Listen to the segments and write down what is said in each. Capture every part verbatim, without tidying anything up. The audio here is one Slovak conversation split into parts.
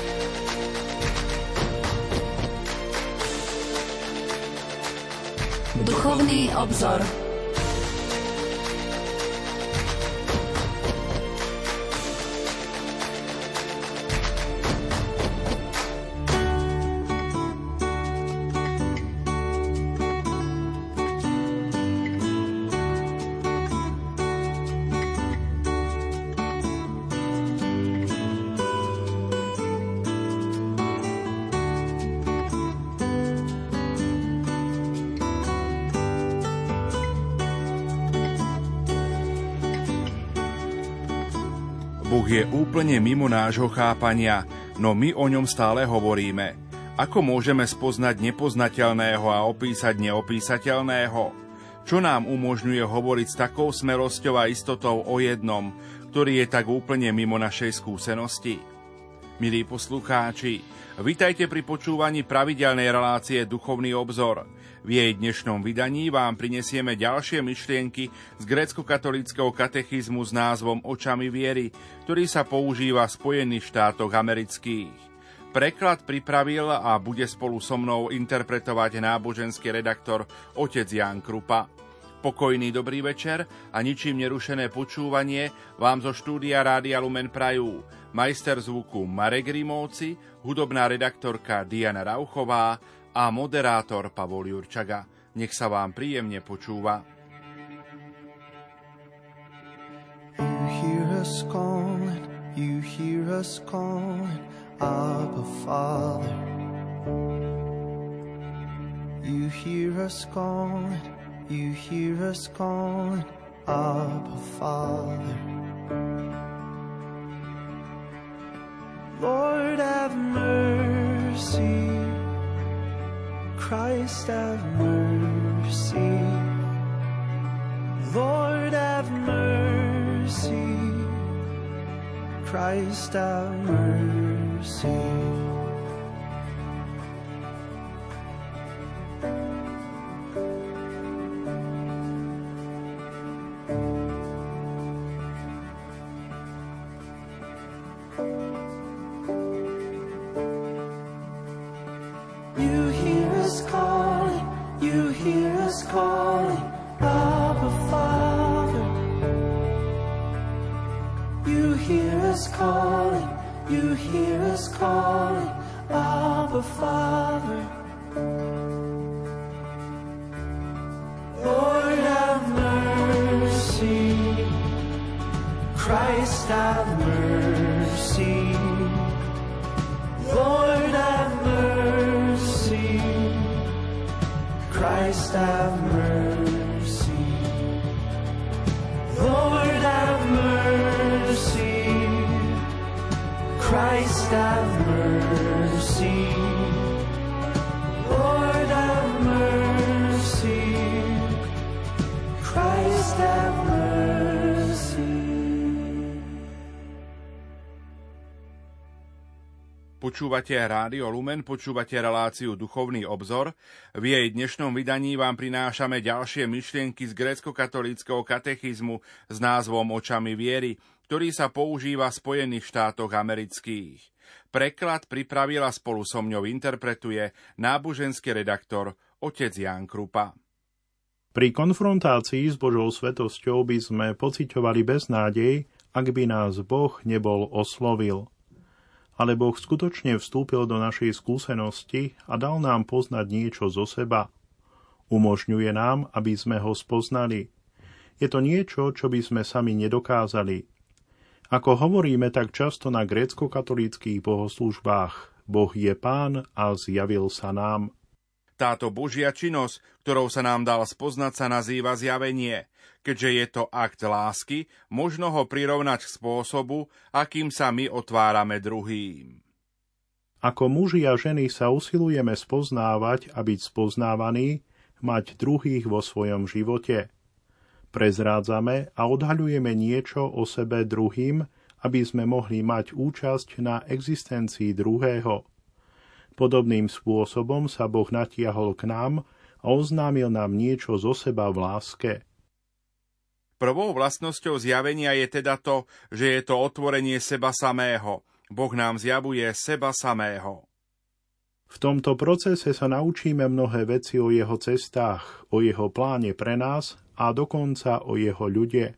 Duchovný obzor. Boh je úplne mimo nášho chápania, no my o ňom stále hovoríme. Ako môžeme spoznať nepoznateľného a opísať neopísateľného? Čo nám umožňuje hovoriť s takou smelosťou a istotou o jednom, ktorý je tak úplne mimo našej skúsenosti? Milí poslucháči, vitajte pri počúvaní pravidelnej relácie Duchovný obzor. V jej dnešnom vydaní vám prinesieme ďalšie myšlienky z grécko-katolíckeho katechizmu s názvom Očami viery, ktorý sa používa v Spojených štátoch amerických. Preklad pripravil a bude spolu so mnou interpretovať náboženský redaktor otec Ján Krupa. Pokojný dobrý večer a ničím nerušené počúvanie vám zo štúdia Rádia Lumen prajú majster zvuku Marek Rimóci, hudobná redaktorka Diana Rauchová a moderátor Pavol Jurčaga. Nech sa vám príjemne počúva. You hear us calling, you hear us calling, Abba Father. You hear us calling, you hear us calling, Abba Father. Lord have mercy, Christ have mercy, Lord have mercy, Christ have mercy. Počúvate Rádio Lumen, počúvate reláciu Duchovný obzor. V jej dnešnom vydaní vám prinášame ďalšie myšlienky z grécko-katolíckeho katechizmu s názvom Očami viery, ktorý sa používa v Spojených štátoch amerických. Preklad pripravil a spolu so mňou interpretuje náboženský redaktor otec Ján Krupa. Pri konfrontácii s Božou svetosťou by sme pociťovali beznádej, ak by nás Boh nebol oslovil. Ale Boh skutočne vstúpil do našej skúsenosti a dal nám poznať niečo zo seba. Umožňuje nám, aby sme ho spoznali. Je to niečo, čo by sme sami nedokázali. Ako hovoríme tak často na grécko-katolíckych bohoslúžbách, Boh je Pán a zjavil sa nám. Táto Božia činnosť, ktorou sa nám dal spoznať, sa nazýva zjavenie. Keďže je to akt lásky, možno ho prirovnať k spôsobu, akým sa my otvárame druhým. Ako muži a ženy sa usilujeme spoznávať a byť spoznávaní, mať druhých vo svojom živote. Prezrádzame a odhaľujeme niečo o sebe druhým, aby sme mohli mať účasť na existencii druhého. Podobným spôsobom sa Boh natiahol k nám a oznámil nám niečo zo seba v láske. Prvou vlastnosťou zjavenia je teda to, že je to otvorenie seba samého. Boh nám zjavuje seba samého. V tomto procese sa naučíme mnohé veci o jeho cestách, o jeho pláne pre nás a dokonca o jeho ľude.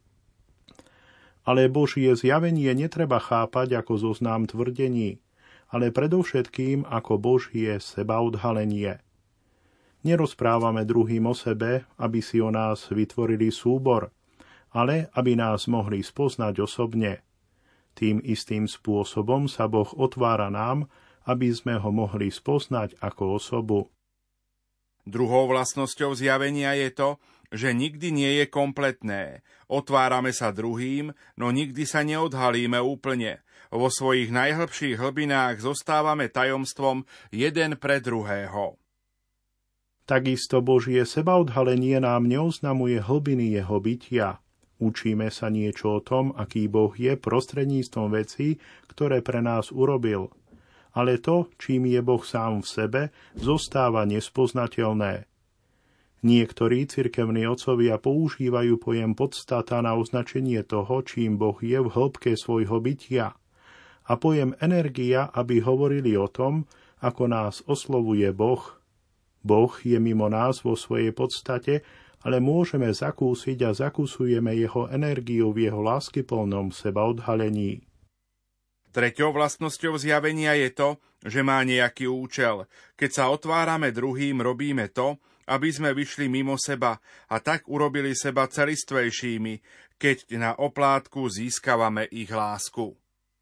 Ale Božie zjavenie netreba chápať ako zoznam tvrdení, ale predovšetkým ako Božie sebaodhalenie. Nerozprávame druhým o sebe, aby si o nás vytvorili súbor, ale aby nás mohli spoznať osobne. Tým istým spôsobom sa Boh otvára nám, aby sme ho mohli spoznať ako osobu. Druhou vlastnosťou zjavenia je to, že nikdy nie je kompletné. Otvárame sa druhým, no nikdy sa neodhalíme úplne. Vo svojich najhlbších hlbinách zostávame tajomstvom jeden pre druhého. Takisto Božie sebaodhalenie nám neoznamuje hlbiny jeho bytia. Učíme sa niečo o tom, aký Boh je prostredníctvom vecí, ktoré pre nás urobil. Ale to, čím je Boh sám v sebe, zostáva nespoznateľné. Niektorí cirkevní otcovia používajú pojem podstata na označenie toho, čím Boh je v hĺbke svojho bytia, a pojem energia, aby hovorili o tom, ako nás oslovuje Boh. Boh je mimo nás vo svojej podstate, ale môžeme zakúsiť a zakúsujeme jeho energiu v jeho láskyplnom sebaodhalení. Treťou vlastnosťou zjavenia je to, že má nejaký účel. Keď sa otvárame druhým, robíme to, aby sme vyšli mimo seba a tak urobili seba celistvejšími, keď na oplátku získavame ich lásku.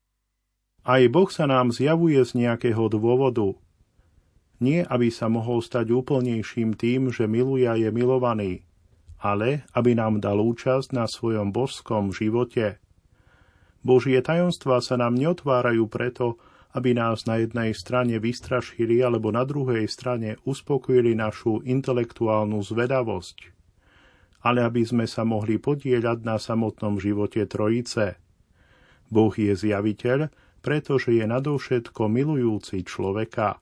Aj Boh sa nám zjavuje z nejakého dôvodu. Nie, aby sa mohol stať úplnejším tým, že miluje a je milovaný, ale aby nám dal účasť na svojom božskom živote. Božie tajomstvá sa nám neotvárajú preto, aby nás na jednej strane vystrašili alebo na druhej strane uspokojili našu intelektuálnu zvedavosť, ale aby sme sa mohli podieľať na samotnom živote Trojice. Boh je zjaviteľ, pretože je nadovšetko milujúci človeka.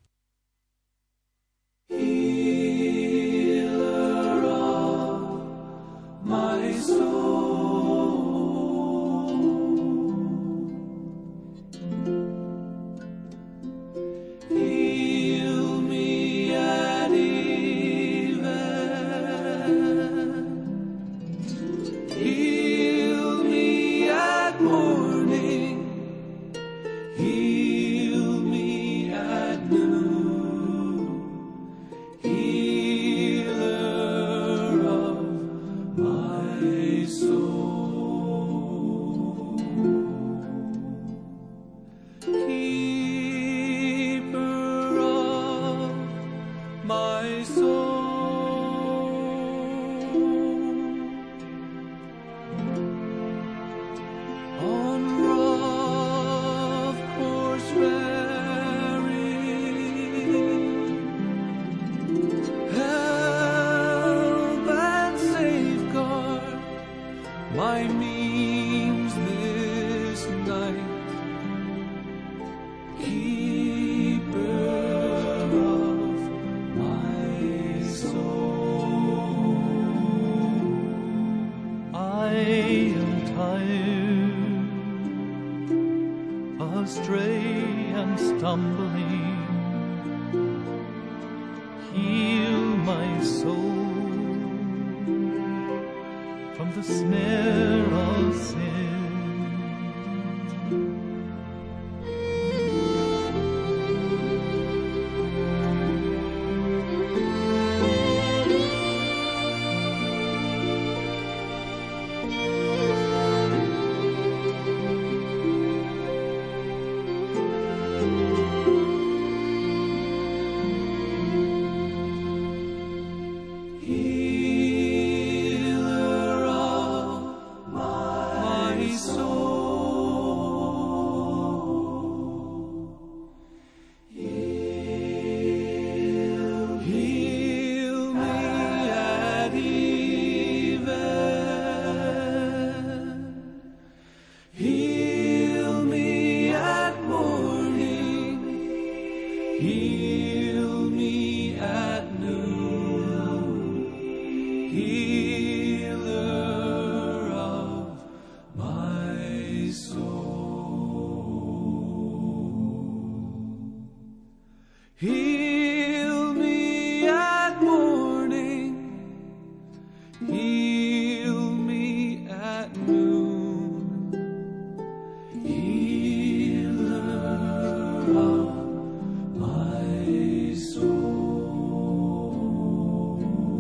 Heal me at morning, heal me at noon, healer of my soul.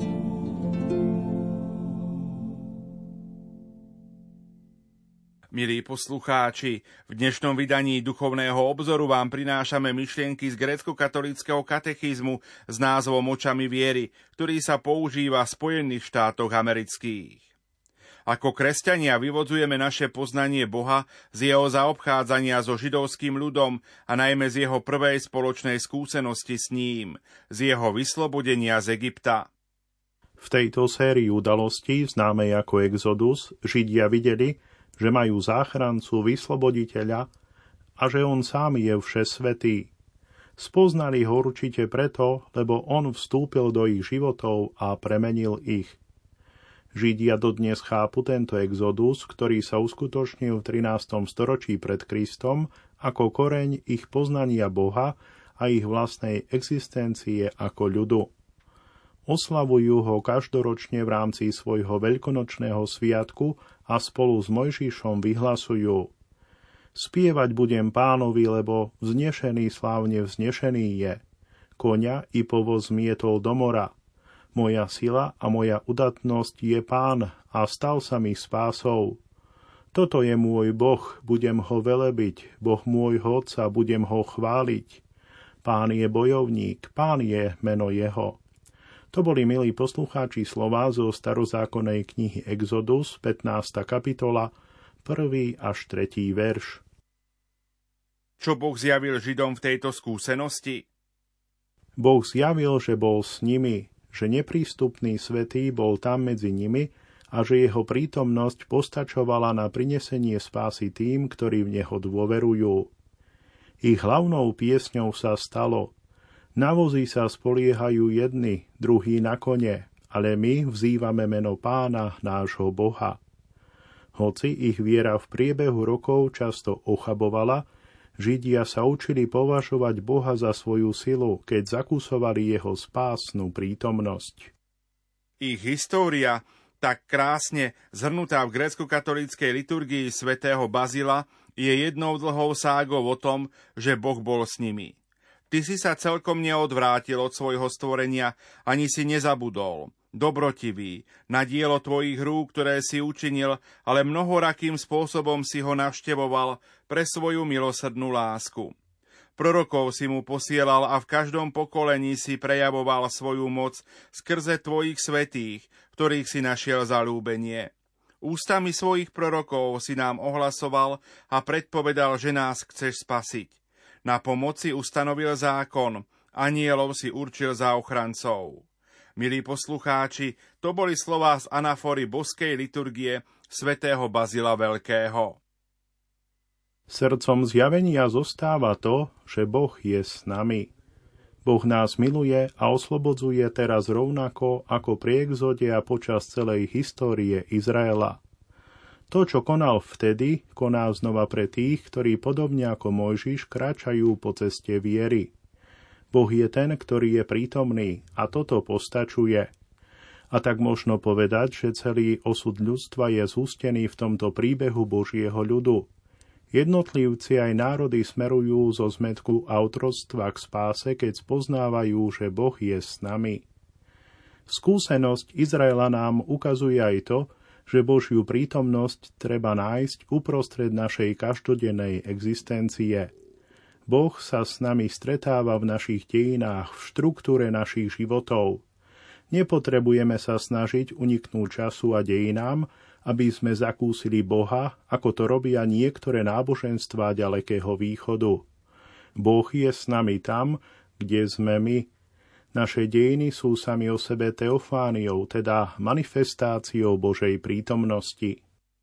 Milí poslucháči, v dnešnom vydaní duchovného obzoru vám prinášame myšlienky z grécko-katolíckeho katechizmu s názvom Očami viery, ktorý sa používa v Spojených štátoch amerických. Ako kresťania vyvodzujeme naše poznanie Boha z jeho zaobchádzania so židovským ľudom a najmä z jeho prvej spoločnej skúsenosti s ním, z jeho vyslobodenia z Egypta. V tejto sérii udalostí, známej ako Exodus, Židia videli, že majú záchrancu, vysloboditeľa a že on sám je všesvetý. Spoznali ho určite preto, lebo on vstúpil do ich životov a premenil ich. Židia dodnes chápu tento exodus, ktorý sa uskutočnil v trinástom storočí pred Kristom, ako koreň ich poznania Boha a ich vlastnej existencie ako ľudu. Oslavujú ho každoročne v rámci svojho veľkonočného sviatku a spolu s Mojžišom vyhlasujú: Spievať budem Pánovi, lebo vznešený slávne vznešený je. Koňa i povoz mietol do mora. Moja sila a moja udatnosť je Pán a stal sa mi spásou. Toto je môj Boh, budem ho velebiť, Boh môjho Otca, budem ho chváliť. Pán je bojovník, Pán je meno jeho. To boli, milí poslucháči, slová zo starozákonnej knihy Exodus, pätnásta kapitola, prvý až tretí verš. Čo Boh zjavil Židom v tejto skúsenosti? Boh zjavil, že bol s nimi, že neprístupný svätý bol tam medzi nimi a že jeho prítomnosť postačovala na prinesenie spásy tým, ktorí v neho dôverujú. Ich hlavnou piesňou sa stalo: Na vozy sa spoliehajú jedni, druhí na kone, ale my vzývame meno Pána, nášho Boha. Hoci ich viera v priebehu rokov často ochabovala, Židia sa učili považovať Boha za svoju silu, keď zakúsovali jeho spásnu prítomnosť. Ich história, tak krásne zhrnutá v grécko-katolíckej liturgii svätého Bazila, je jednou dlhou ságou o tom, že Boh bol s nimi. Ty si sa celkom neodvrátil od svojho stvorenia, ani si nezabudol, dobrotivý, na dielo tvojich rúk, ktoré si učinil, ale mnohorakým spôsobom si ho navštevoval pre svoju milosrdnú lásku. Prorokov si mu posielal a v každom pokolení si prejavoval svoju moc skrze tvojich svätých, ktorých si našiel zaľúbenie. Ústami svojich prorokov si nám ohlasoval a predpovedal, že nás chceš spasiť. Na pomoci ustanovil zákon, anielov si určil za ochrancov. Milí poslucháči, to boli slová z anafory boskej liturgie svätého Bazila Veľkého. Srdcom zjavenia zostáva to, že Boh je s nami. Boh nás miluje a oslobodzuje teraz rovnako ako pri exode a počas celej histórie Izraela. To, čo konal vtedy, koná znova pre tých, ktorí podobne ako Mojžiš kráčajú po ceste viery. Boh je ten, ktorý je prítomný a toto postačuje. A tak možno povedať, že celý osud ľudstva je zústený v tomto príbehu Božieho ľudu. Jednotlivci aj národy smerujú zo zmätku a otroctva k spáse, keď spoznávajú, že Boh je s nami. Skúsenosť Izraela nám ukazuje aj to, že Božiu prítomnosť treba nájsť uprostred našej každodennej existencie. Boh sa s nami stretáva v našich dejinách, v štruktúre našich životov. Nepotrebujeme sa snažiť uniknúť času a dejinám, aby sme zakúsili Boha, ako to robia niektoré náboženstvá ďalekého východu. Boh je s nami tam, kde sme my. Naše dejiny sú sami o sebe teofániou, teda manifestáciou Božej prítomnosti.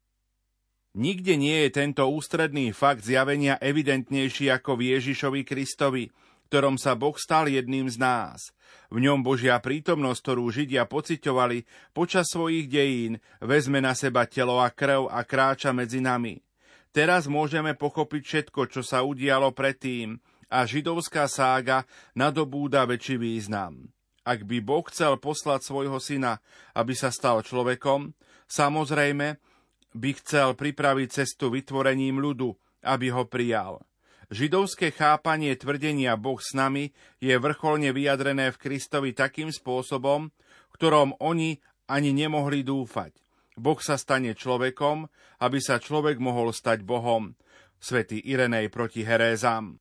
Nikde nie je tento ústredný fakt zjavenia evidentnejší ako v Ježišovi Kristovi, ktorom sa Boh stal jedným z nás. V ňom Božia prítomnosť, ktorú Židia pociťovali počas svojich dejín, vezme na seba telo a krv a kráča medzi nami. Teraz môžeme pochopiť všetko, čo sa udialo predtým, a židovská sága nadobúda väčší význam. Ak by Boh chcel poslať svojho syna, aby sa stal človekom, samozrejme by chcel pripraviť cestu vytvorením ľudu, aby ho prijal. Židovské chápanie tvrdenia Boh s nami je vrcholne vyjadrené v Kristovi takým spôsobom, v ktorom oni ani nemohli dúfať. Boh sa stane človekom, aby sa človek mohol stať Bohom. Svätý Irenej proti herézam.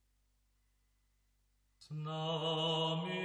S nami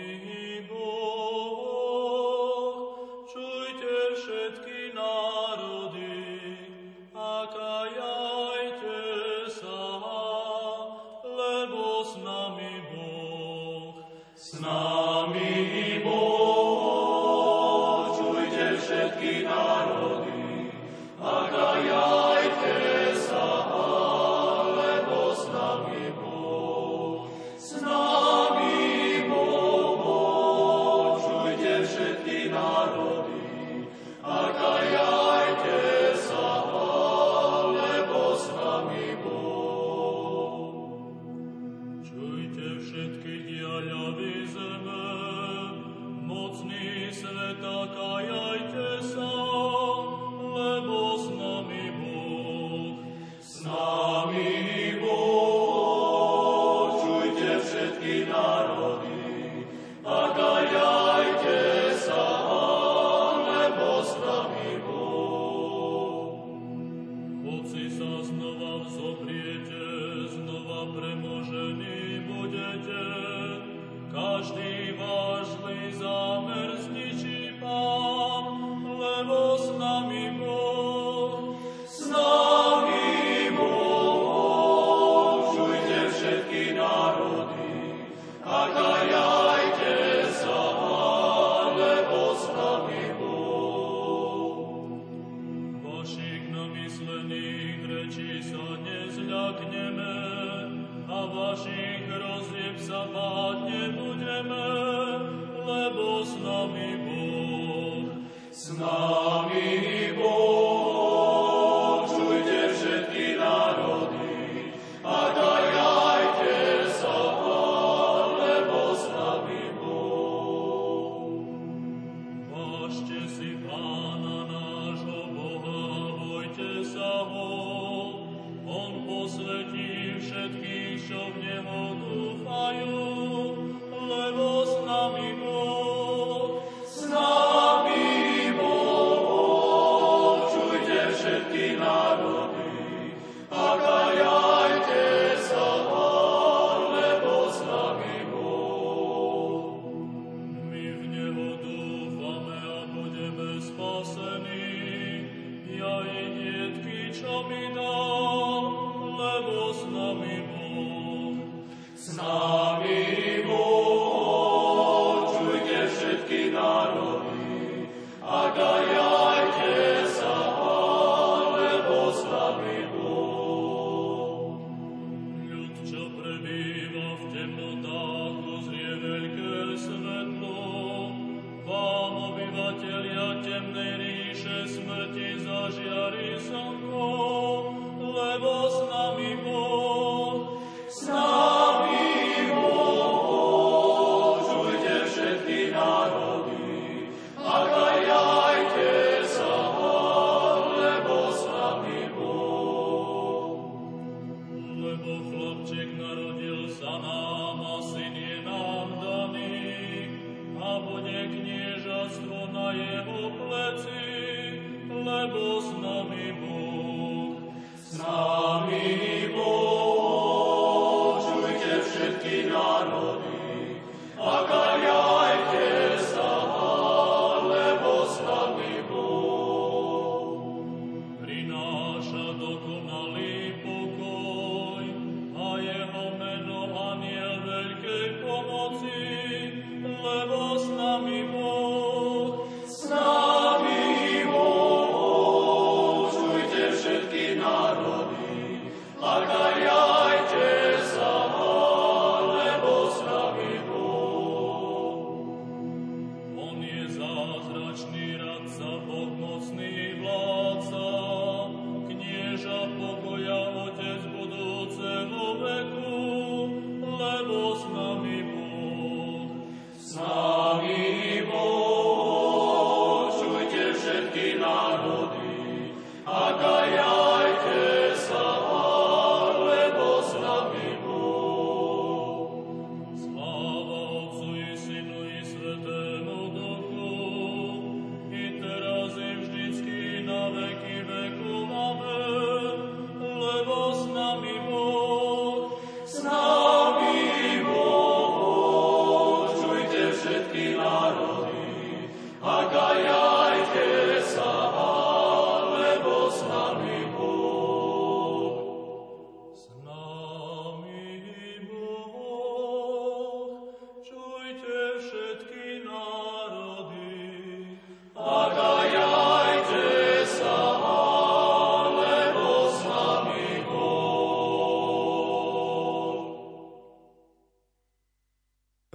lebo s nami Boh, s nami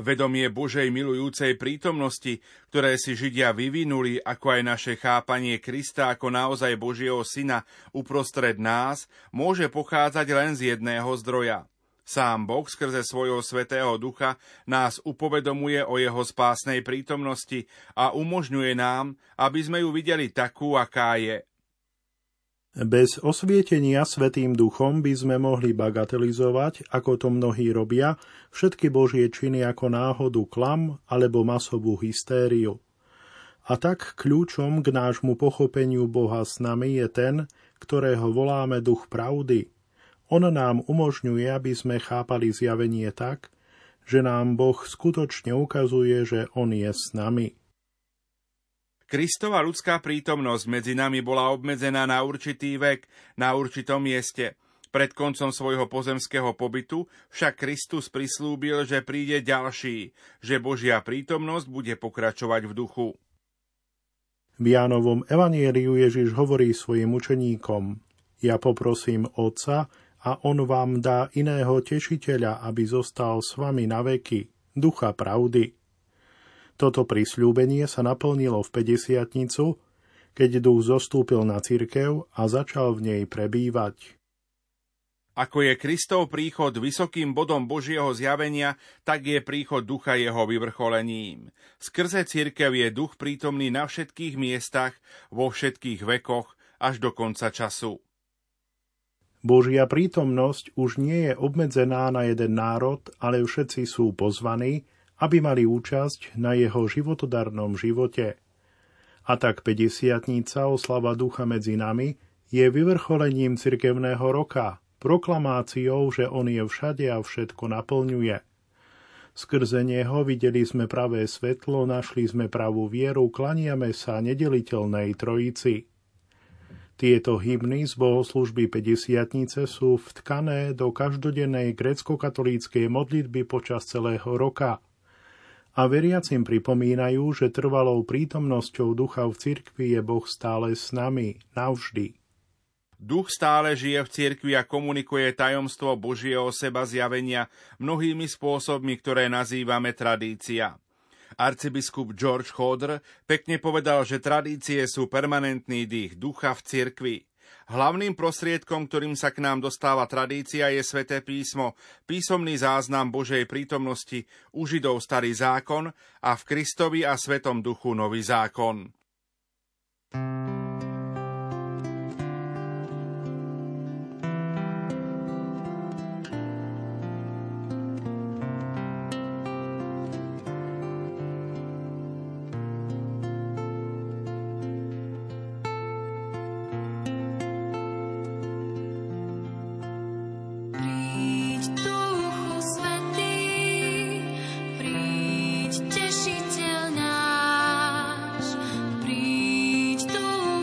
Vedomie Božej milujúcej prítomnosti, ktoré si Židia vyvinuli, ako aj naše chápanie Krista ako naozaj Božieho syna uprostred nás, môže pochádzať len z jedného zdroja. Sám Boh skrze svojho svätého Ducha nás upovedomuje o jeho spásnej prítomnosti a umožňuje nám, aby sme ju videli takú, aká je. Bez osvietenia Svätým Duchom by sme mohli bagatelizovať, ako to mnohí robia, všetky Božie činy ako náhodu, klam alebo masovú hystériu. A tak kľúčom k nášmu pochopeniu Boha s nami je ten, ktorého voláme Duch pravdy. On nám umožňuje, aby sme chápali zjavenie tak, že nám Boh skutočne ukazuje, že On je s nami. Kristova ľudská prítomnosť medzi nami bola obmedzená na určitý vek, na určitom mieste. Pred koncom svojho pozemského pobytu však Kristus prislúbil, že príde ďalší, že Božia prítomnosť bude pokračovať v duchu. V Jánovom evanjeliu Ježiš hovorí svojim učeníkom: Ja poprosím Otca a On vám dá iného tešiteľa, aby zostal s vami na veky, Ducha pravdy. Toto prisľúbenie sa naplnilo v päťdesiatnicu, keď Duch zostúpil na cirkev a začal v nej prebývať. Ako je Kristov príchod vysokým bodom Božieho zjavenia, tak je príchod Ducha jeho vyvrcholením. Skrze cirkev je Duch prítomný na všetkých miestach, vo všetkých vekoch, až do konca času. Božia prítomnosť už nie je obmedzená na jeden národ, ale všetci sú pozvaní, aby mali účasť na jeho životodarnom živote. A tak päťdesiatnica, oslava Ducha medzi nami, je vyvrcholením cirkevného roka, proklamáciou, že on je všade a všetko naplňuje. Skrze neho videli sme pravé svetlo, našli sme pravú vieru, klaniame sa nedeliteľnej trojici. Tieto hymny z bohoslúžby päťdesiatnice sú vtkané do každodennej grécko-katolíckej modlitby počas celého roka. A veriacim pripomínajú, že trvalou prítomnosťou Ducha v cirkvi je Boh stále s nami, navždy. Duch stále žije v cirkvi a komunikuje tajomstvo Božieho seba zjavenia mnohými spôsobmi, ktoré nazývame tradícia. Arcibiskup George Hodder pekne povedal, že tradície sú permanentný dých ducha v cirkvi. Hlavným prostriedkom, ktorým sa k nám dostáva tradícia, je Sväté písmo, písomný záznam Božej prítomnosti, u Židov Starý zákon a v Kristovi a Svätom Duchu Nový zákon. Tešiteľ náš, príď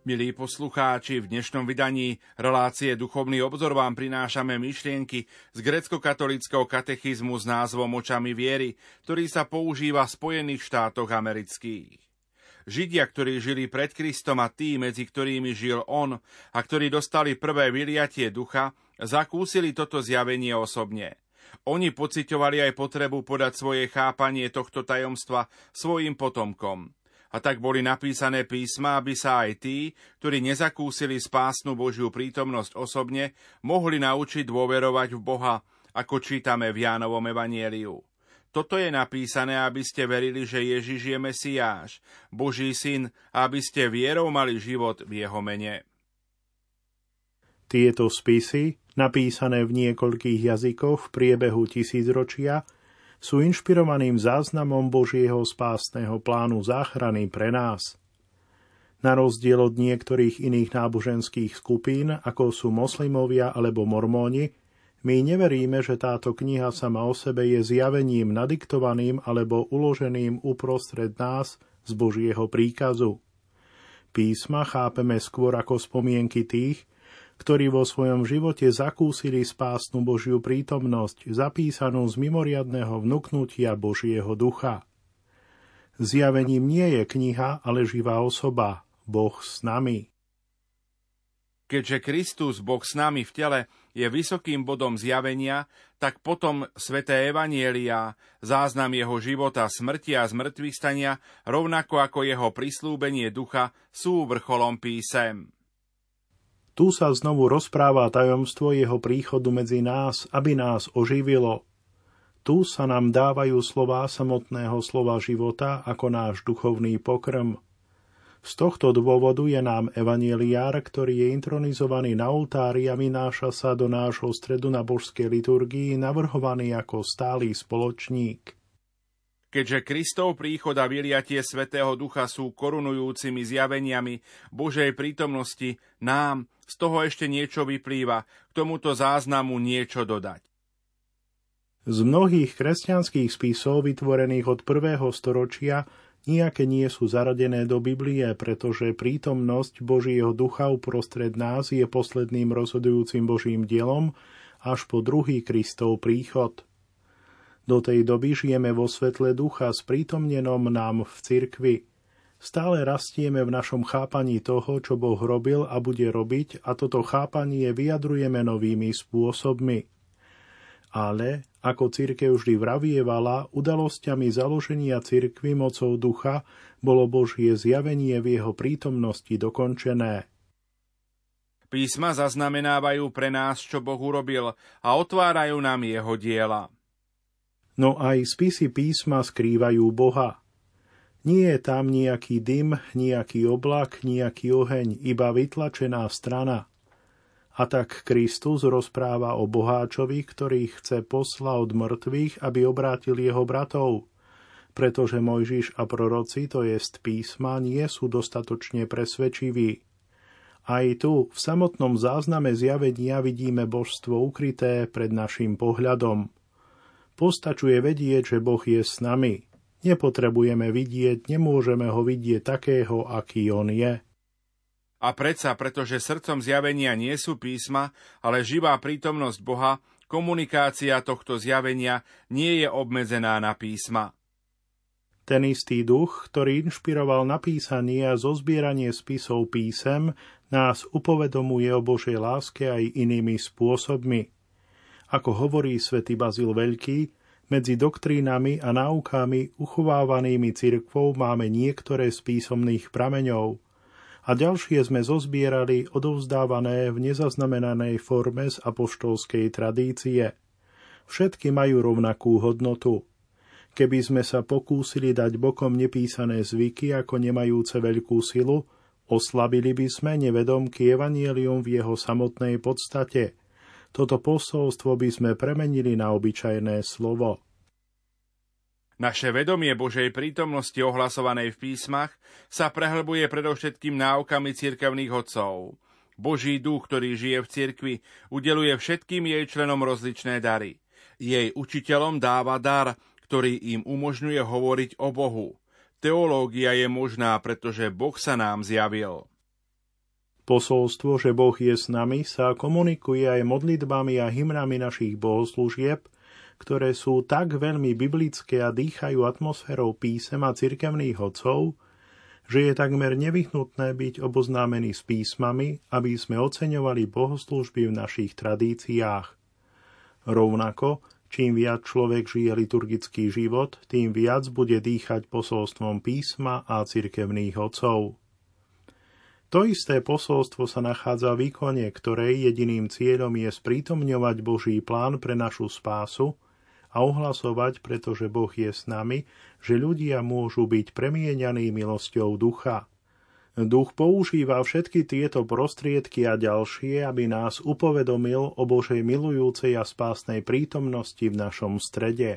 Milí poslucháči, v dnešnom vydaní relácie Duchovný obzor vám prinášame myšlienky z grécko-katolického katechizmu s názvom Očami viery, ktorý sa používa v Spojených štátoch amerických. Židia, ktorí žili pred Kristom a tí, medzi ktorými žil on a ktorí dostali prvé vyliatie ducha, zakúsili toto zjavenie osobne. Oni pociťovali aj potrebu podať svoje chápanie tohto tajomstva svojim potomkom. A tak boli napísané písma, aby sa aj tí, ktorí nezakúsili spásnu Božiu prítomnosť osobne, mohli naučiť dôverovať v Boha, ako čítame v Jánovom evanjeliu. Toto je napísané, aby ste verili, že Ježiš je Mesiáš, Boží syn, a aby ste vierou mali život v jeho mene. Tieto spisy, napísané v niekoľkých jazykoch v priebehu tisícročia, sú inšpirovaným záznamom Božieho spásneho plánu záchrany pre nás. Na rozdiel od niektorých iných náboženských skupín, ako sú moslimovia alebo mormóni, my neveríme, že táto kniha sama o sebe je zjavením nadiktovaným alebo uloženým uprostred nás z Božieho príkazu. Písma chápeme skôr ako spomienky tých, ktorí vo svojom živote zakúsili spásnu Božiu prítomnosť, zapísanú z mimoriadneho vnuknutia Božieho ducha. Zjavením nie je kniha, ale živá osoba, Boh s nami. Keďže Kristus, Boh s nami v tele, je vysokým bodom zjavenia, tak potom sväté evanjelia, záznam jeho života, smrti a zmŕtvychstania, rovnako ako jeho prislúbenie ducha, sú vrcholom písem. Tu sa znovu rozpráva tajomstvo jeho príchodu medzi nás, aby nás oživilo. Tu sa nám dávajú slová samotného slova života ako náš duchovný pokrm. Z tohto dôvodu je nám evanjeliár, ktorý je intronizovaný na oltári a vynáša sa do nášho stredu na božskej liturgii, navrhovaný ako stály spoločník. Keďže Kristov príchod a vyliatie Svätého Ducha sú korunujúcimi zjaveniami Božej prítomnosti, nám z toho ešte niečo vyplýva, k tomuto záznamu niečo dodať. Z mnohých kresťanských spisov vytvorených od prvého storočia nijaké nie sú zaradené do Biblie, pretože prítomnosť Božieho Ducha uprostred nás je posledným rozhodujúcim Božím dielom až po druhý Kristov príchod. Do tej doby žijeme vo svetle ducha sprítomnenom nám v cirkvi. Stále rastieme v našom chápaní toho, čo Boh robil a bude robiť, a toto chápanie vyjadrujeme novými spôsobmi. Ale, ako cirkev vždy vravievala, udalosťami založenia cirkvi mocou ducha bolo Božie zjavenie v jeho prítomnosti dokončené. Písma zaznamenávajú pre nás, čo Boh urobil, a otvárajú nám jeho diela. No aj spisy písma skrývajú Boha. Nie je tam nejaký dym, nejaký oblak, nejaký oheň, iba vytlačená strana. A tak Kristus rozpráva o boháčovi, ktorý chce posla od mŕtvych, aby obrátil jeho bratov. Pretože Mojžiš a proroci, to jest písma, nie sú dostatočne presvedčiví. Aj tu, v samotnom zázname zjavenia, vidíme božstvo ukryté pred našim pohľadom. Postačuje vedieť, že Boh je s nami. Nepotrebujeme vidieť, nemôžeme ho vidieť takého, aký on je. A predsa, pretože srdcom zjavenia nie sú písma, ale živá prítomnosť Boha, komunikácia tohto zjavenia nie je obmedzená na písma. Ten istý duch, ktorý inšpiroval napísanie a zozbieranie spisov písem, nás upovedomuje o Božej láske aj inými spôsobmi. Ako hovorí svätý Bazil Veľký, medzi doktrínami a náukami uchovávanými cirkvou máme niektoré z písomných prameňov a ďalšie sme zozbierali odovzdávané v nezaznamenanej forme z apoštolskej tradície. Všetky majú rovnakú hodnotu. Keby sme sa pokúsili dať bokom nepísané zvyky ako nemajúce veľkú silu, oslabili by sme nevedomky evanjelium v jeho samotnej podstate. Toto posolstvo by sme premenili na obyčajné slovo. Naše vedomie Božej prítomnosti ohlasovanej v písmach sa prehlbuje predovšetkým náukami cirkevných otcov. Boží duch, ktorý žije v cirkvi, udeluje všetkým jej členom rozličné dary. Jej učiteľom dáva dar, ktorý im umožňuje hovoriť o Bohu. Teológia je možná, pretože Boh sa nám zjavil. Posolstvo, že Boh je s nami, sa komunikuje aj modlitbami a hymnami našich bohoslúžieb, ktoré sú tak veľmi biblické a dýchajú atmosférou písem a cirkevných otcov, že je takmer nevyhnutné byť oboznámení s písmami, aby sme oceňovali bohoslúžby v našich tradíciách. Rovnako, čím viac človek žije liturgický život, tým viac bude dýchať posolstvom písma a cirkevných otcov. To isté posolstvo sa nachádza v ikone, ktorej jediným cieľom je sprítomňovať Boží plán pre našu spásu a ohlasovať, pretože Boh je s nami, že ľudia môžu byť premieňaní milosťou ducha. Duch používa všetky tieto prostriedky a ďalšie, aby nás upovedomil o Božej milujúcej a spásnej prítomnosti v našom strede.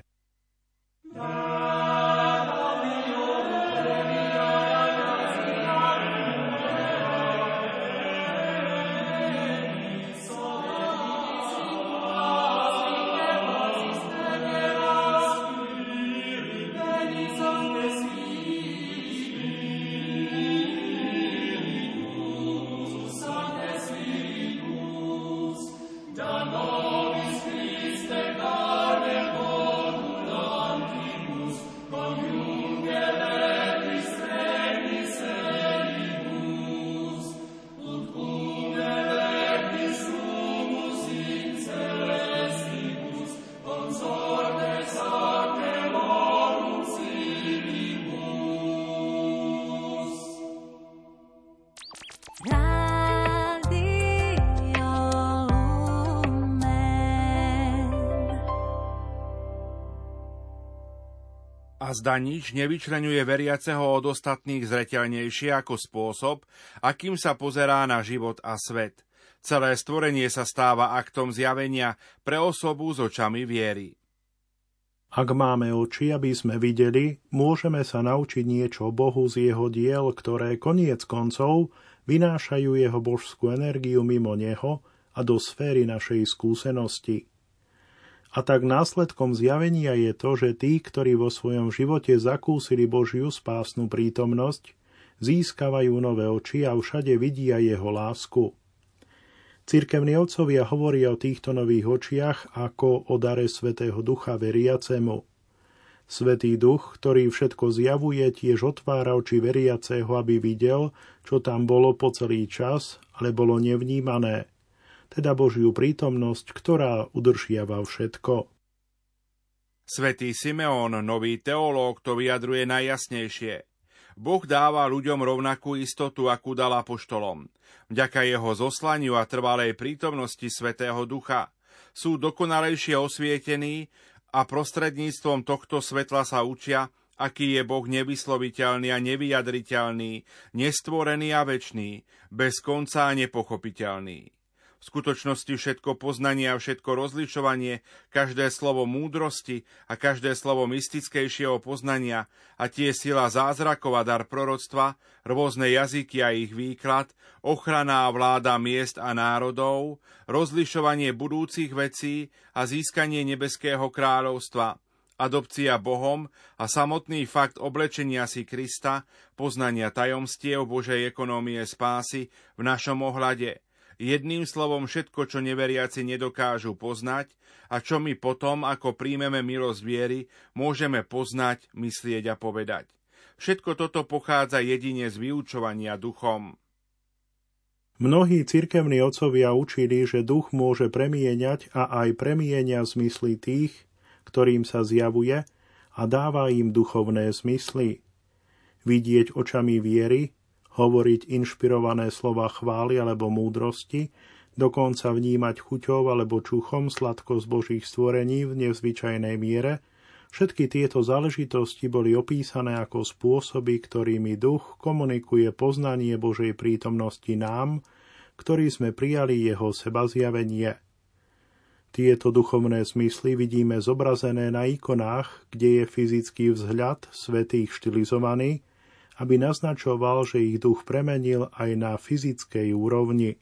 A zda nič nevyčleňuje veriaceho od ostatných zreteľnejšie ako spôsob, akým sa pozerá na život a svet. Celé stvorenie sa stáva aktom zjavenia pre osobu s očami viery. Ak máme oči, aby sme videli, môžeme sa naučiť niečo o Bohu z jeho diel, ktoré koniec koncov vynášajú jeho božskú energiu mimo neho a do sféry našej skúsenosti. A tak následkom zjavenia je to, že tí, ktorí vo svojom živote zakúsili Božiu spásnu prítomnosť, získavajú nové oči a všade vidia jeho lásku. Cirkevní otcovia hovoria o týchto nových očiach ako o dare Svätého Ducha veriacemu. Svätý Duch, ktorý všetko zjavuje, tiež otvára oči veriaceho, aby videl, čo tam bolo po celý čas, ale bolo nevnímané, teda Božiu prítomnosť, ktorá udržiava všetko. Svätý Simeón, nový teológ, to vyjadruje najjasnejšie. Boh dáva ľuďom rovnakú istotu, akú dal apoštolom. Vďaka jeho zoslaniu a trvalej prítomnosti Svätého Ducha sú dokonalejšie osvietení a prostredníctvom tohto svetla sa učia, aký je Boh nevysloviteľný a nevyjadriteľný, nestvorený a večný, bez konca a nepochopiteľný. V skutočnosti všetko poznanie a všetko rozlišovanie, každé slovo múdrosti a každé slovo mystickejšieho poznania a tie sila zázrakov a dar proroctva, rôzne jazyky a ich výklad, ochrana a vláda miest a národov, rozlišovanie budúcich vecí a získanie nebeského kráľovstva, adopcia Bohom a samotný fakt oblečenia si Krista, poznania tajomstiev Božej ekonómie spásy v našom ohľade. Jedným slovom všetko, čo neveriaci nedokážu poznať a čo my potom, ako príjmeme milosť viery, môžeme poznať, myslieť a povedať. Všetko toto pochádza jedine z vyučovania duchom. Mnohí cirkevní otcovia učili, že duch môže premieňať a aj premieňa zmysly tých, ktorým sa zjavuje, a dáva im duchovné zmysly. Vidieť očami viery, hovoriť inšpirované slova chvály alebo múdrosti, dokonca vnímať chuťou alebo čuchom sladkosť Božích stvorení v nezvyčajnej miere, všetky tieto záležitosti boli opísané ako spôsoby, ktorými duch komunikuje poznanie Božej prítomnosti nám, ktorí sme prijali jeho sebazjavenie. Tieto duchovné zmysly vidíme zobrazené na ikonách, kde je fyzický vzhľad svätých štilizovaný, aby naznačoval, že ich duch premenil aj na fyzickej úrovni.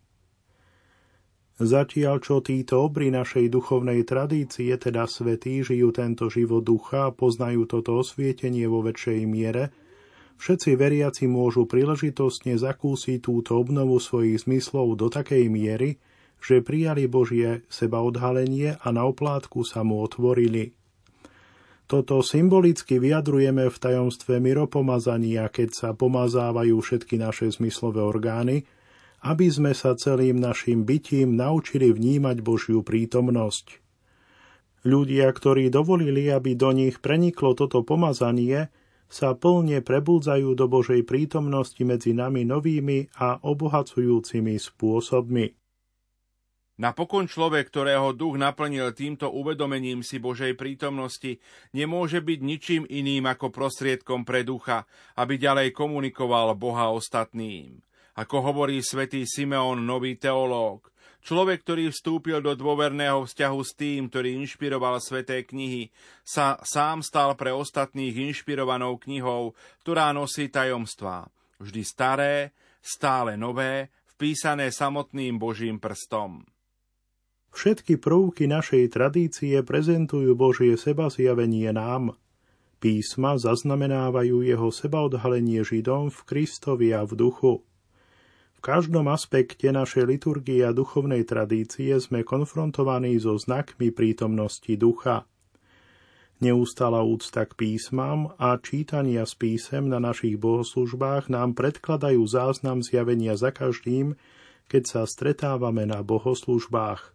Zatiaľ, čo títo obry našej duchovnej tradície, teda svätí, žijú tento život ducha a poznajú toto osvietenie vo väčšej miere, Všetci veriaci môžu príležitostne zakúsiť túto obnovu svojich zmyslov do takej miery, že prijali Božie sebaodhalenie a na oplátku sa mu otvorili. Toto symbolicky vyjadrujeme v tajomstve miropomazania, keď sa pomazávajú všetky naše zmyslové orgány, aby sme sa celým našim bytím naučili vnímať Božiu prítomnosť. Ľudia, ktorí dovolili, aby do nich preniklo toto pomazanie, sa plne prebudzajú do Božej prítomnosti medzi nami novými a obohacujúcimi spôsobmi. Napokon človek, ktorého duch naplnil týmto uvedomením si Božej prítomnosti, nemôže byť ničím iným ako prostriedkom pre ducha, aby ďalej komunikoval Boha ostatným. Ako hovorí svätý Simeon, nový teológ, človek, ktorý vstúpil do dôverného vzťahu s tým, ktorý inšpiroval sväté knihy, sa sám stal pre ostatných inšpirovanou knihou, ktorá nosí tajomstvá, vždy staré, stále nové, vpísané samotným Božím prstom. Všetky prvky našej tradície prezentujú Božie sebazjavenie nám. Písma zaznamenávajú jeho sebaodhalenie Židom v Kristovi a v duchu. V každom aspekte našej liturgie a duchovnej tradície sme konfrontovaní so znakmi prítomnosti ducha. Neustála úcta k písmam a čítania z písem na našich bohoslužbách nám predkladajú záznam zjavenia za každým, keď sa stretávame na bohoslužbách.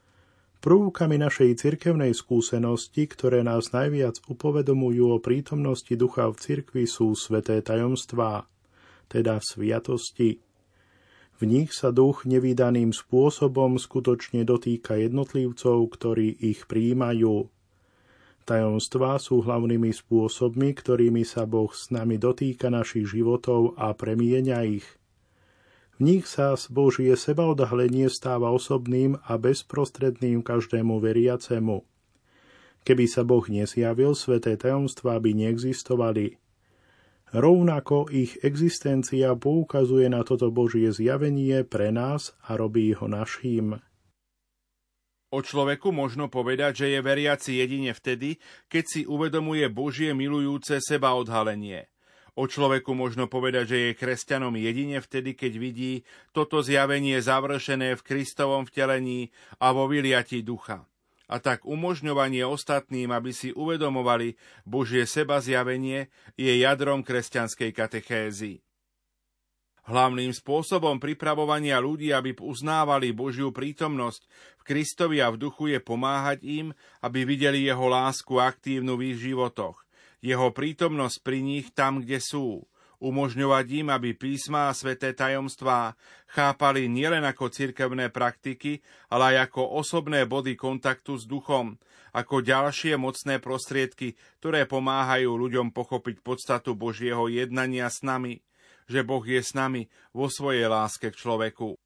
Prvkami našej cirkevnej skúsenosti, ktoré nás najviac upovedomujú o prítomnosti ducha v cirkvi, sú sväté tajomstvá, teda sviatosti. V nich sa duch nevídaným spôsobom skutočne dotýka jednotlivcov, ktorí ich prijímajú. Tajomstvá sú hlavnými spôsobmi, ktorými sa Boh s nami dotýka našich životov a premieňa ich. V nich sa Božie sebaodhalenie stáva osobným a bezprostredným každému veriacemu. Keby sa Boh nezjavil, sväté tajomstvá by neexistovali. Rovnako ich existencia poukazuje na toto Božie zjavenie pre nás a robí ho naším. O človeku možno povedať, že je veriaci jedine vtedy, keď si uvedomuje Božie milujúce sebaodhalenie. O človeku možno povedať, že je kresťanom jedine vtedy, keď vidí toto zjavenie završené v Kristovom vtelení a vo vyliatí ducha. A tak umožňovanie ostatným, aby si uvedomovali Božie sebazjavenie, je jadrom kresťanskej katechézy. Hlavným spôsobom pripravovania ľudí, aby uznávali Božiu prítomnosť v Kristovi a v duchu, je pomáhať im, aby videli jeho lásku aktívnu v ich životoch, jeho prítomnosť pri nich tam, kde sú. Umožňovať im, aby písma a sväté tajomstvá chápali nielen ako cirkevné praktiky, ale aj ako osobné body kontaktu s duchom, ako ďalšie mocné prostriedky, ktoré pomáhajú ľuďom pochopiť podstatu Božieho jednania s nami, že Boh je s nami vo svojej láske k človeku.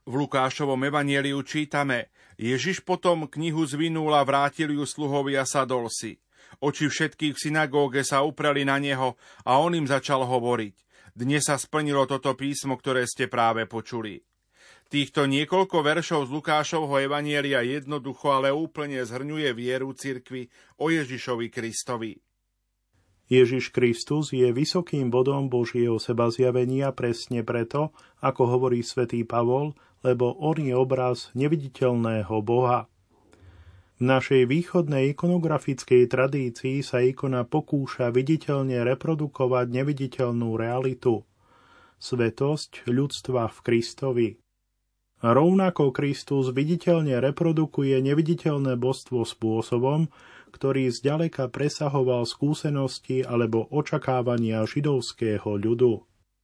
V Lukášovom evanjeliu čítame: Ježiš potom knihu zvinul a vrátil ju sluhovi a sadol si. Oči všetkých v synagóge sa upreli na neho a on im začal hovoriť: Dnes sa splnilo toto písmo, ktoré ste práve počuli. Týchto niekoľko veršov z Lukášovho evanjelia jednoducho, ale úplne zhrňuje vieru cirkvi o Ježišovi Kristovi. Ježiš Kristus je vysokým bodom Božieho sebazjavenia presne preto, ako hovorí svätý Pavol, lebo on je obraz neviditeľného Boha. V našej východnej ikonografickej tradícii sa ikona pokúša viditeľne reprodukovať neviditeľnú realitu, svetosť ľudstva v Kristovi. A rovnako Kristus viditeľne reprodukuje neviditeľné božstvo spôsobom, ktorý zďaleka presahoval skúsenosti alebo očakávania židovského ľudu.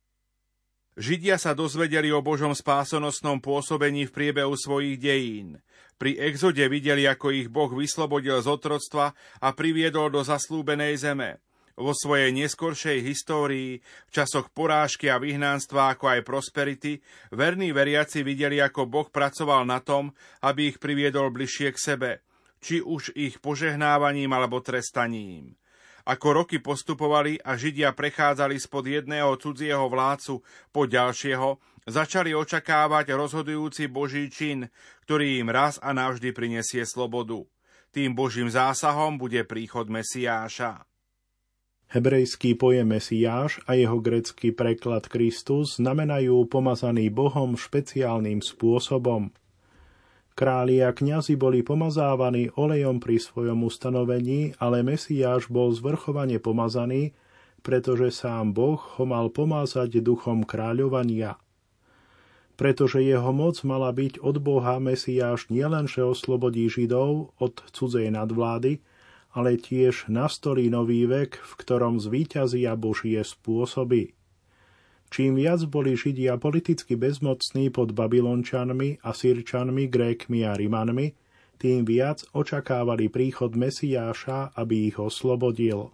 Židia sa dozvedeli o Božom spásonosnom pôsobení v priebehu svojich dejín. Pri exode videli, ako ich Boh vyslobodil z otroctva a priviedol do zaslúbenej zeme. Vo svojej neskoršej histórii, v časoch porážky a vyhnanstva, ako aj prosperity, verní veriaci videli, ako Boh pracoval na tom, aby ich priviedol bližšie k sebe, či už ich požehnávaním alebo trestaním. Ako roky postupovali a Židia prechádzali spod jedného cudzieho vládcu po ďalšieho, začali očakávať rozhodujúci Boží čin, ktorý im raz a navždy prinesie slobodu. Tým Božím zásahom bude príchod Mesiáša. Hebrejský pojem Mesiáš a jeho grécky preklad Kristus znamenajú pomazaný Bohom špeciálnym spôsobom. Králi a kňazi boli pomazávaní olejom pri svojom ustanovení, ale Mesiáš bol zvrchovane pomazaný, pretože sám Boh ho mal pomázať duchom kráľovania. Pretože jeho moc mala byť od Boha, Mesiáš nielenže oslobodí Židov od cudzej nadvlády, ale tiež nastolí nový vek, v ktorom zvíťazia Božie spôsoby. Čím viac boli Židia politicky bezmocní pod Babylončanmi, Asýrčanmi, Grékmi a Rimanmi, tým viac očakávali príchod Mesiáša, aby ich oslobodil.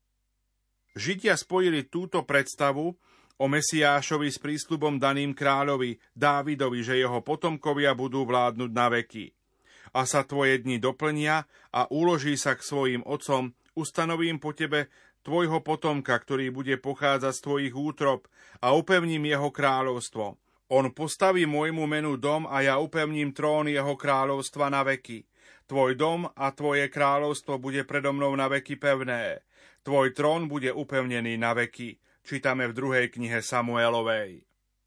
Židia spojili túto predstavu o Mesiášovi s prísľubom daným kráľovi Dávidovi, že jeho potomkovia budú vládnuť na veky. A sa tvoje dni doplnia a uloží sa k svojim otcom, ustanovím po tebe tvojho potomka, ktorý bude pochádzať z tvojich útrob a upevním jeho kráľovstvo. On postaví môjmu menu dom a ja upevním trón jeho kráľovstva na veky. Tvoj dom a tvoje kráľovstvo bude predo mnou na veky pevné. Tvoj trón bude upevnený na veky. Čítame v druhej knihe Samuelovej.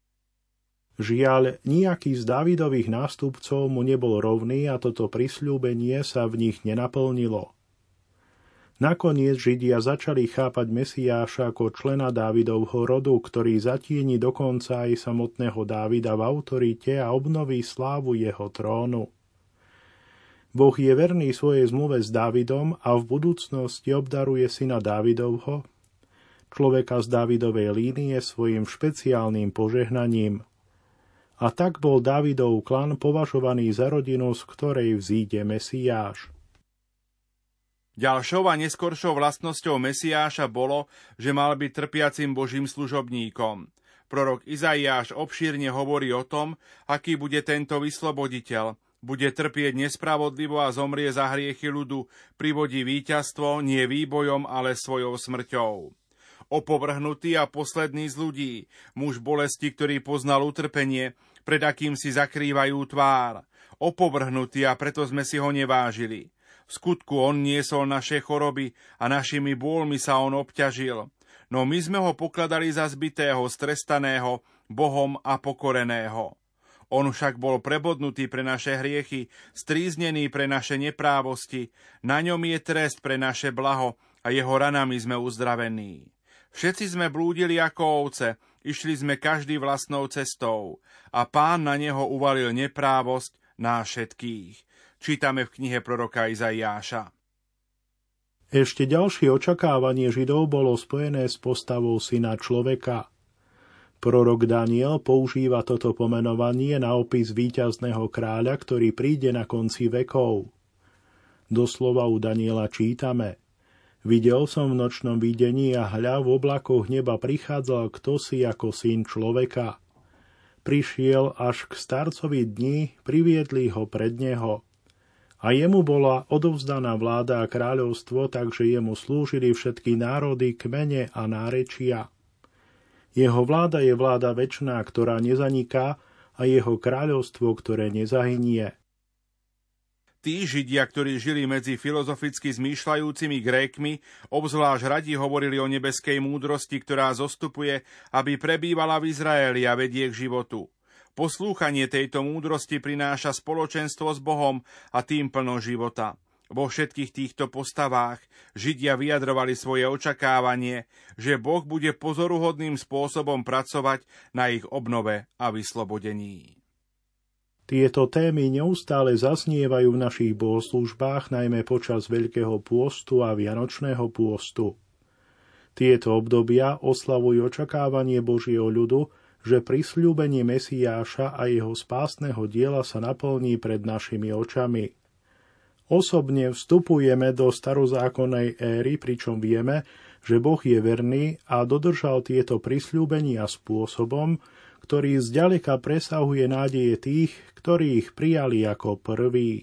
Žiaľ, nijaký z Dávidových nástupcov mu nebol rovný a toto prisľúbenie sa v nich nenaplnilo. Nakoniec Židia začali chápať Mesiáša ako člena Dávidovho rodu, ktorý zatieni dokonca aj samotného Dávida v autorite a obnoví slávu jeho trónu. Boh je verný svojej zmluve s Dávidom a v budúcnosti obdaruje syna Dávidovho, človeka z Dávidovej línie, svojim špeciálnym požehnaním. A tak bol Dávidov klan považovaný za rodinu, z ktorej vzíde Mesiáš. Ďalšou a neskoršou vlastnosťou Mesiáša bolo, že mal byť trpiacim Božím služobníkom. Prorok Izaiáš obšírne hovorí o tom, aký bude tento vysloboditeľ. Bude trpieť nespravodlivo a zomrie za hriechy ľudu, privodí víťazstvo nie výbojom, ale svojou smrťou. Opovrhnutý a posledný z ľudí, muž bolesti, ktorý poznal utrpenie, pred akým si zakrývajú tvár. Opovrhnutý a preto sme si ho nevážili. V skutku on niesol naše choroby a našimi bôľmi sa on obťažil. No my sme ho pokladali za zbitého, strestaného, Bohom a pokoreného. On však bol prebodnutý pre naše hriechy, stríznený pre naše neprávosti, na ňom je trest pre naše blaho a jeho ranami sme uzdravení. Všetci sme blúdili ako ovce, išli sme každý vlastnou cestou a Pán na neho uvalil neprávosť nás všetkých. Čítame v knihe proroka Izaiáša. Ešte ďalšie očakávanie Židov bolo spojené s postavou syna človeka. Prorok Daniel používa toto pomenovanie na opis víťazného kráľa, ktorý príde na konci vekov. Doslova u Daniela čítame: Videl som v nočnom videní a hľa v oblakoch neba prichádzal kdosi ako syn človeka. prišiel až k starcovi dni, priviedli ho pred neho. A jemu bola odovzdaná vláda a kráľovstvo, takže jemu slúžili všetky národy, kmene a nárečia. Jeho vláda je vláda večná, ktorá nezaniká, a jeho kráľovstvo, ktoré nezahynie. Tí Židia, ktorí žili medzi filozoficky zmýšľajúcimi Grékmi, obzvlášť radi hovorili o nebeskej múdrosti, ktorá zostupuje, aby prebývala v Izraeli a vedie k životu. Poslúchanie tejto múdrosti prináša spoločenstvo s Bohom a tým plno života. Vo všetkých týchto postavách Židia vyjadrovali svoje očakávanie, že Boh bude pozoruhodným spôsobom pracovať na ich obnove a vyslobodení. Tieto témy neustále zaznievajú v našich bohoslúžbách, najmä počas Veľkého pôstu a Vianočného pôstu. Tieto obdobia oslavujú očakávanie Božieho ľudu, že prisľúbenie Mesiáša a jeho spásneho diela sa naplní pred našimi očami. Osobne vstupujeme do starozákonnej éry, pričom vieme, že Boh je verný a dodržal tieto prisľúbenia spôsobom, ktorý zďaleka presahuje nádeje tých, ktorí ich prijali ako prví.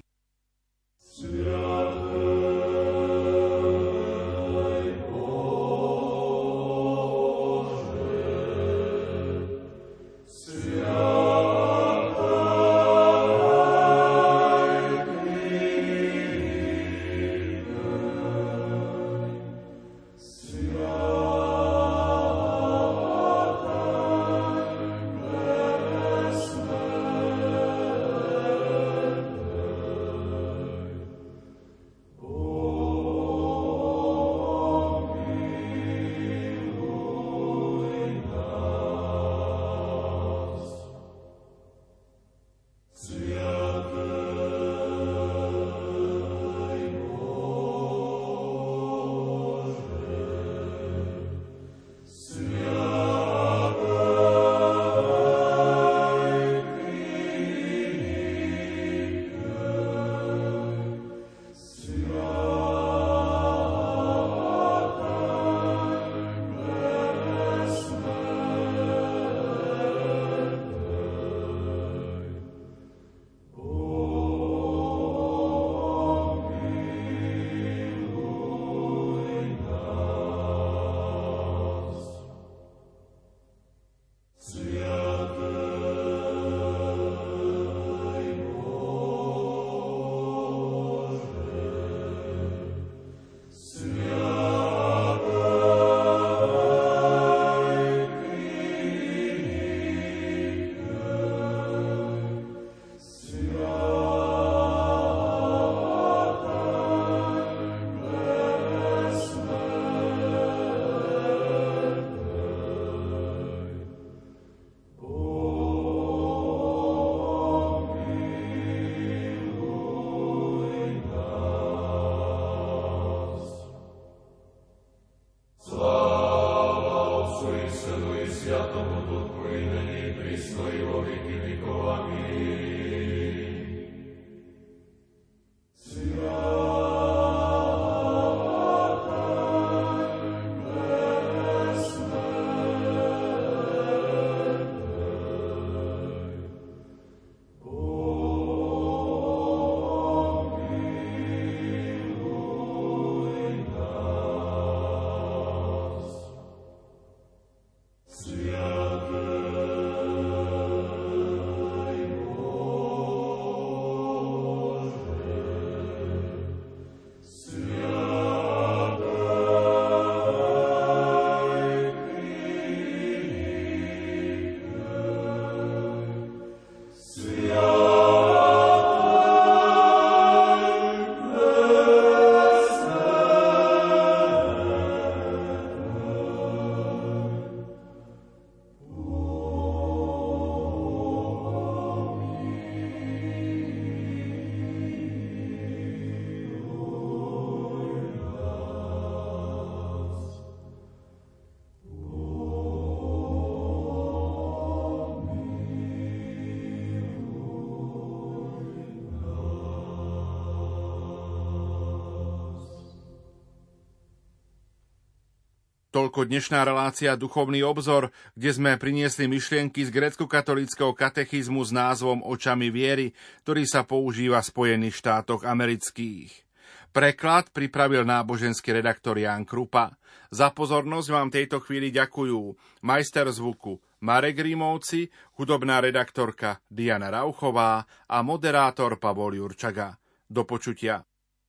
Toľko dnešná relácia Duchovný obzor, kde sme priniesli myšlienky z grécko-katolíckeho katechizmu s názvom Očami viery, ktorý sa používa v Spojených štátoch amerických. Preklad pripravil náboženský redaktor Ján Krupa. Za pozornosť vám tejto chvíli ďakujú majster zvuku Marek Rímovci, hudobná redaktorka Diana Rauchová a moderátor Pavol Jurčaga. Do počutia.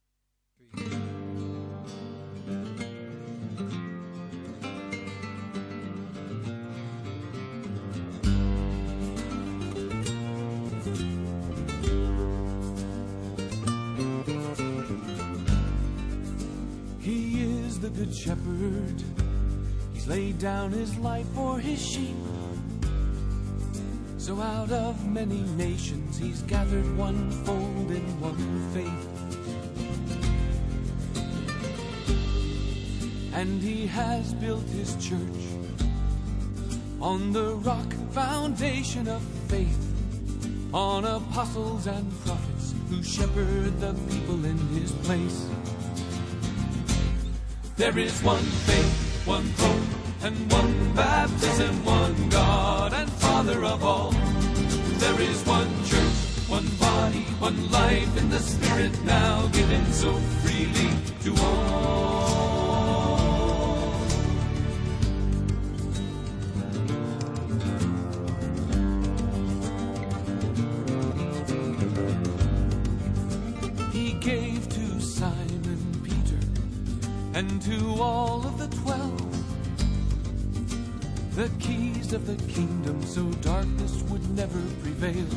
The good shepherd, he's laid down his life for his sheep. So out of many nations he's gathered one fold in one faith. And he has built his church on the rock foundation of faith, on apostles and prophets who shepherd the people in his place. There is one faith, one hope, and one baptism, one God and Father of all. There is one church, one body, one life in the Spirit now given so freely to all. He gave to Simon and to all of the twelve the keys of the kingdom so darkness would never prevail.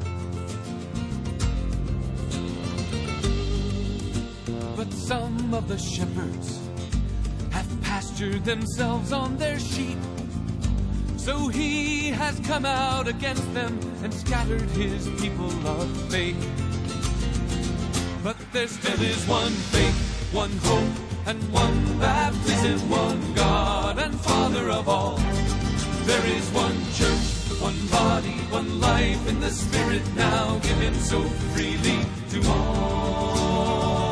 But some of the shepherds have pastured themselves on their sheep, so he has come out against them and scattered his people of faith. But there still is one faith, one hope, and one baptism, one God and Father of all. There is one church, one body, one life in the Spirit now given so freely to all.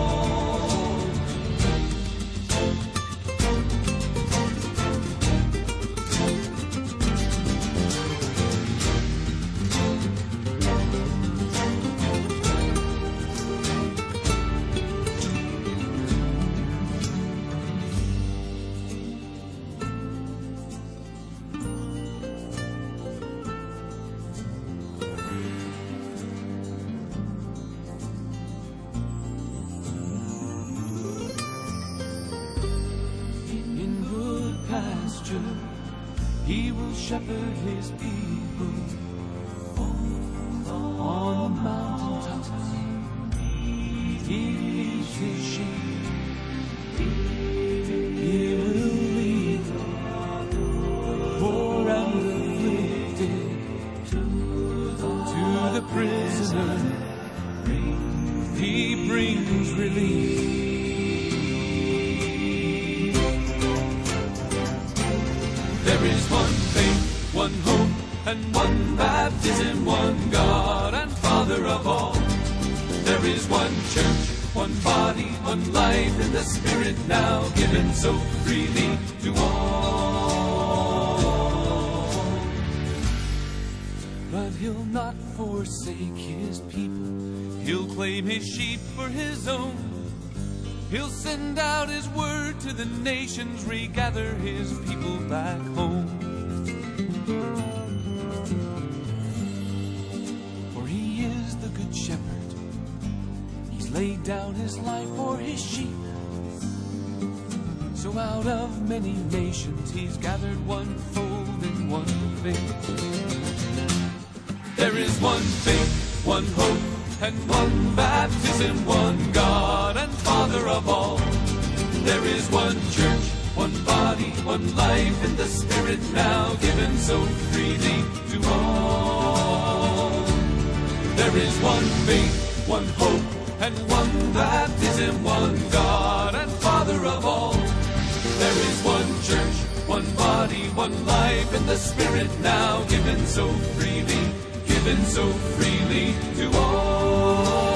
He will shepherd his people on mountaintops. He leads his sheep. He will lead the poor and afflicted to the prisoner. He brings relief. There is one faith, one hope, and one baptism, one God and Father of all. There is one church, one body, one life in the Spirit now given so freely to all. But he'll not forsake his people. He'll claim his sheep for his own. He'll send out his word to the nations, regather his people back home. For he is the good shepherd. He's laid down his life for his sheep. So out of many nations he's gathered one fold in one faith. There is one faith, one hope, and one baptism, one God and Father of all. There is one church, one body, one life in the Spirit now given so freely to all. There is one faith, one hope, and one baptism, one God and Father of all. There is one church, one body, one life in the Spirit now given so freely, given so freely to all.